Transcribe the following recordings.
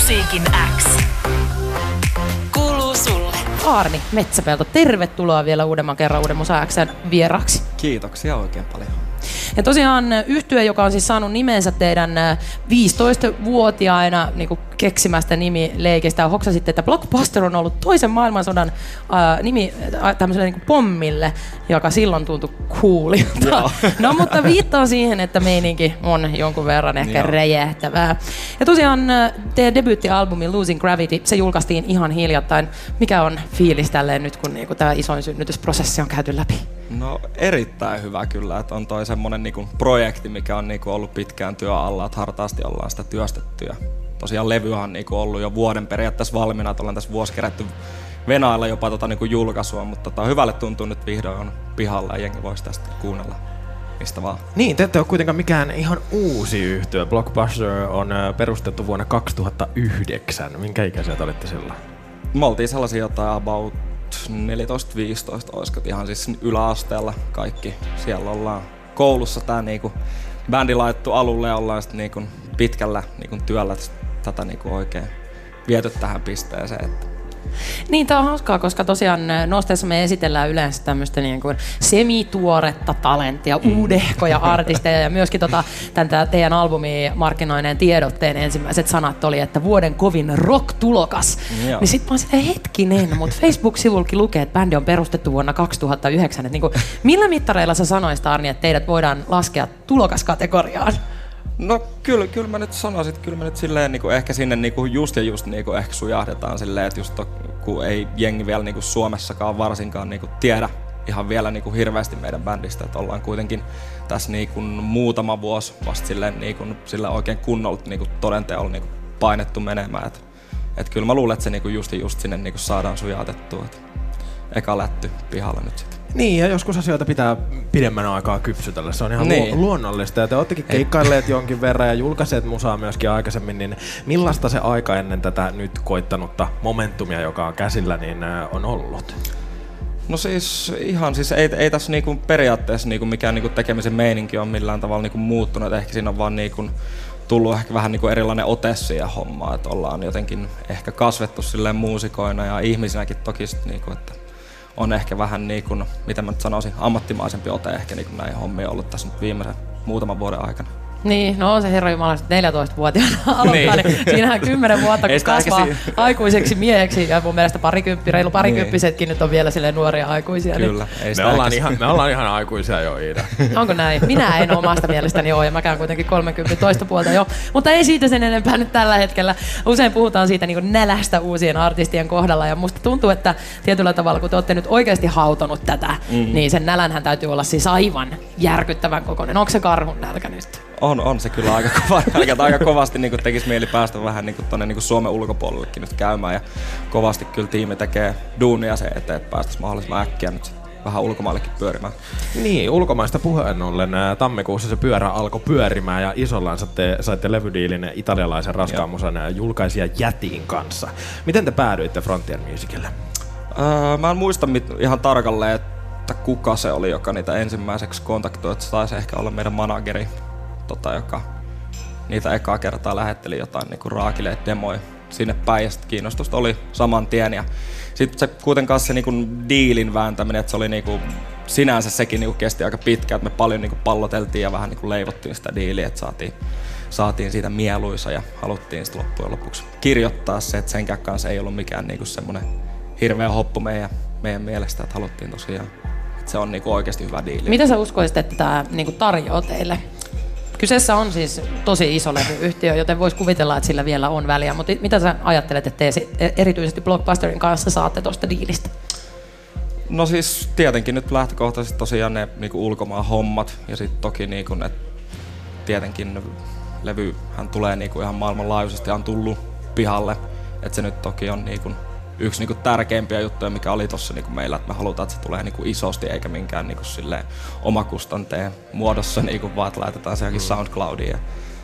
Musiikin X. Kuuluu sulle. Aarni Metsäpelto, tervetuloa vielä uudemman kerran Uuden Musa X:n vieraksi. Kiitoksia oikein paljon. Ja tosiaan yhtye, joka on siis saanut nimensä teidän 15-vuotiaina niin kuin keksimästä nimileikistä. Hoksasitte, että Blockbuster on ollut toisen maailmansodan nimi tämmöiselle niin kuin pommille, joka silloin tuntui coolilta. No mutta viittaa siihen, että meininki on jonkun verran ehkä räjähtävää. Ja tosiaan teidän debyyttialbumi Losing Gravity, se julkaistiin ihan hiljattain. Mikä on fiilis tälleen nyt, kun niinku tämä isoin synnytysprosessi on käyty läpi? No erittäin hyvä kyllä, että on toi semmonen niinku projekti, mikä on niinku ollut pitkään työ alla, että hartaasti ollaan sitä työstetty. Ja tosiaan levyhän on niinku ollut jo vuoden periaatteessa valmiina, että ollaan tässä vuosi kerätty venailla jopa niinku julkaisua, mutta hyvälle tuntuu nyt vihdoin on pihalla ja jengi voisi tästä kuunnella mistä vaan. Niin, te ette ole kuitenkaan mikään ihan uusi yhtye. Blockbuster on perustettu vuonna 2009. Minkä ikäisiä te olitte silloin? Me oltiin sellaisia jotain about 14-15, olisiko ihan siis yläasteella kaikki. Siellä ollaan koulussa tää niinku bändi laittu alulle ja ollaan sit niinku pitkällä niinku työllä tätä niinku oikein viety tähän pisteeseen. Niin, tää on hauskaa, koska tosiaan Nosteessa me esitellään yleensä tämmöistä niin kuin semituoretta talenttia, uudehkoja artisteja ja myöskin tämän teidän albumin markkinoineen tiedotteen ensimmäiset sanat oli, että vuoden kovin rock-tulokas. Niin sit mä oon silleen, hetkinen, mutta Facebook-sivullakin lukee, että bändi on perustettu vuonna 2009. Niin kuin, millä mittareilla sä sanoisit, Arni, että teidät voidaan laskea tulokaskategoriaan? No kyllä mä nyt sanoisin, että kyllä mä nyt silleen niinku ehkä sinne niinku just niinku ehkä sujahdetaan silleen, että just kun ei jengi vielä niinku Suomessakaan varsinkaan niinku tiedä ihan vielä niinku hirveästi meidän bändistä, että ollaan kuitenkin tässä niinku muutama vuosi vasta silleen niinku sillä oikein kunnolla niinku todenteolla niinku painettu menemään, että kyllä mä luulen, että se niinku just sinne niinku saadaan sujahtettua, että eka lätty pihalla nyt sitten. Niin, ja joskus asioita pitää pidemmän aikaa kypsytellä. Se on ihan luonnollista. Ja te oottekin keikkailleet jonkin verran ja julkaiseet musaa myöskin aikaisemmin. Niin millaista se aika ennen tätä nyt koittanutta momentumia, joka on käsillä, niin on ollut? No siis ihan siis ei tässä niinku periaatteessa niinku mikään niinku tekemisen meininki on millään tavalla niinku muuttunut. Ehkä siinä on vaan niinku tullut ehkä vähän niinku erilainen ote siihen hommaan. Että ollaan jotenkin ehkä kasvettu silleen muusikoina ja ihmisinäkin toki sit niinku, että on ehkä vähän niin kuin, mitä mä nyt sanoisin, ammattimaisempi ote ehkä niin kuin näihin hommiin ollut tässä nyt viimeisen muutaman vuoden aikana. Niin, no se herra jumala 14-vuotiaana aloittaa, niin siinähän 10 vuotta, kun kasvaa aikuiseksi mieheksi, ja mun mielestä reilu parikymppisetkin nyt on vielä silleen nuoria aikuisia. Kyllä. Niin me ollaan ihan aikuisia jo, Iida. Onko näin? Minä en omasta mielestäni ole, ja mäkään kuitenkin 30 toista puolta jo. Mutta ei siitä sen enempää nyt tällä hetkellä. Usein puhutaan siitä niin kuin nälästä uusien artistien kohdalla, ja musta tuntuu, että tietyllä tavalla, kun te olette nyt oikeasti hautonut tätä, niin sen nälänhän täytyy olla siis aivan järkyttävän kokoinen. Onko se karhun nälkä nyt? On se kyllä aika kova, aika kovasti niin tekisi mieli päästä vähän niin tuonne niin Suomen ulkopuolellekin nyt käymään ja kovasti kyllä tiimi tekee duunia sen eteen, että päästäisiin mahdollisimman äkkiä nyt vähän ulkomaallekin pyörimään. Niin, ulkomaista puheen ollen tammikuussa se pyörä alkoi pyörimään ja Isollaan saitte levydiilin italialaisen raskaan musan julkaisija Jätin kanssa. Miten te päädyitte Frontier Musicille? Mä en muista ihan tarkalleen, että kuka se oli, joka niitä ensimmäiseksi kontaktoi, että se taisi ehkä olla meidän manageri. Joka niitä ekaa kertaa lähetteli jotain niinku raakileet demoja sinne päin ja sit kiinnostusta oli saman tien. Ja sitten se kuitenkaan se niinku diilin vääntäminen, että se oli niinku, sinänsä sekin niinku kesti aika pitkään, että me paljon niinku palloteltiin ja vähän niinku leivottiin sitä diiliä, että saatiin siitä mieluisa ja haluttiin sitten loppujen lopuksi kirjoittaa se, että senkään kanssa ei ollut mikään niinku semmonen hirveä hoppu meidän mielestä, että haluttiin tosiaan, että se on niinku oikeasti hyvä diili. Mitä sä uskoisit, että tää niinku tarjoaa teille? Kyseessä on siis tosi iso levyyhtiö, joten voisi kuvitella, että sillä vielä on väliä. Mutta mitä sä ajattelet, että te erityisesti Blockbusterin kanssa saatte tuosta diilistä? No siis tietenkin nyt lähtökohtaisesti tosiaan ne niinku ulkomaan hommat ja sitten toki niinku, tietenkin levyhän tulee niinku ihan maailmanlaajuisesti ja on tullut pihalle. Että se nyt toki on niinku yksi niinku tärkeimpiä juttuja, mikä oli tossa niinku meillä, että me halutaan, että se tulee niinku isosti eikä minkään niinku silleen omakustanteen muodossa, niinku vaan että laitetaan se johonkin SoundCloudiin.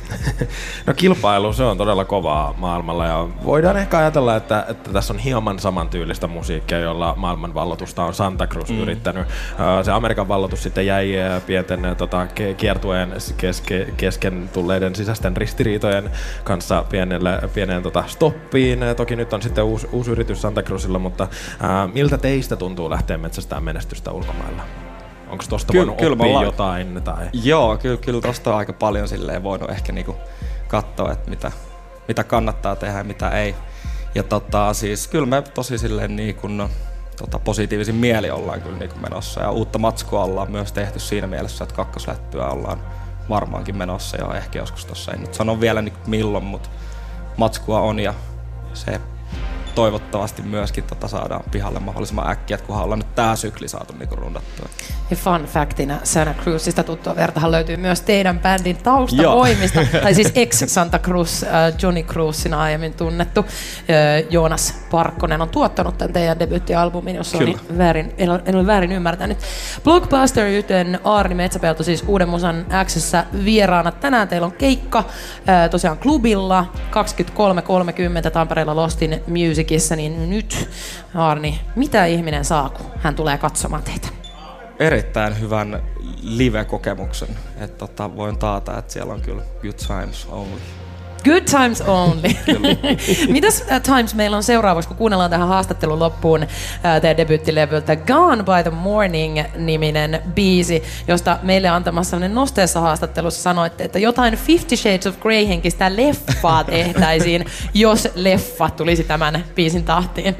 No kilpailu, se on todella kovaa maailmalla ja voidaan ehkä ajatella, että tässä on hieman samantyylistä musiikkia, jolla maailman vallotusta on Santa Cruz yrittänyt. Se Amerikan vallotus sitten jäi pienten kiertueen kesken tulleiden sisäisten ristiriitojen kanssa pieneen stoppiin. Toki nyt on sitten uusi yritys Santa Cruzilla, mutta miltä teistä tuntuu lähteä metsästään menestystä ulkomailla? Onko tosta voinut oppia jotain? Tai? Joo, kyllä tosta on aika paljon silleen voinut ehkä niinku katsoa, että mitä kannattaa tehdä ja mitä ei. Ja siis kyllä me tosi silleen niinku, positiivisin mieli ollaan kyllä niinku menossa. Ja uutta matskua ollaan myös tehty siinä mielessä, että kakkoslättyä ollaan varmaankin menossa jo ehkä joskus tossa. En nyt sano vielä niinku milloin, mutta matskua on ja se toivottavasti myöskin saadaan pihalle mahdollisimman äkkiä, että kunhan ollaan nyt tää sykli saatu niinku rundattua. Ja fun factina Santa Cruzista tuttua vertahan löytyy myös teidän bändin taustavoimista, tai siis ex-Santa Cruz, Johnny Cruzina aiemmin tunnettu. Joonas Parkkonen on tuottanut tämän teidän debyyttialbumin, jos en ole väärin ymmärtänyt. Blockbuster-yhtyeen Aarni Metsäpelto siis Uuden Musan X:ssä vieraana. Tänään teillä on keikka tosiaan klubilla 23.30 Tampereella Lostin Musicissa, niin nyt Aarni, mitä ihminen saa, kun hän tulee katsomaan teitä? Erittäin hyvän live-kokemuksen, että voin taata, että siellä on kyllä good times only. Good times only. Mitäs times meillä on seuraavaksi, kun kuunnellaan tähän haastattelun loppuun teidän debyyttilevyltä Gone by the Morning-niminen biisi, josta meille antamassa Nosteessa haastattelussa sanoitte, että jotain 50 Shades of Grey-henkistä leffaa tehtäisiin, jos leffa tulisi tämän biisin tahtiin.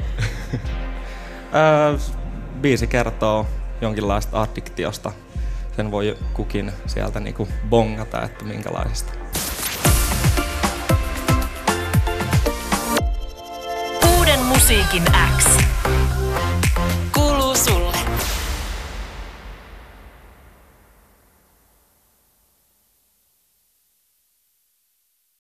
Biisi kertoo jonkinlaista addiktiosta. Sen voi kukin sieltä niinku bongata, että minkälaisesta. Uuden musiikin X.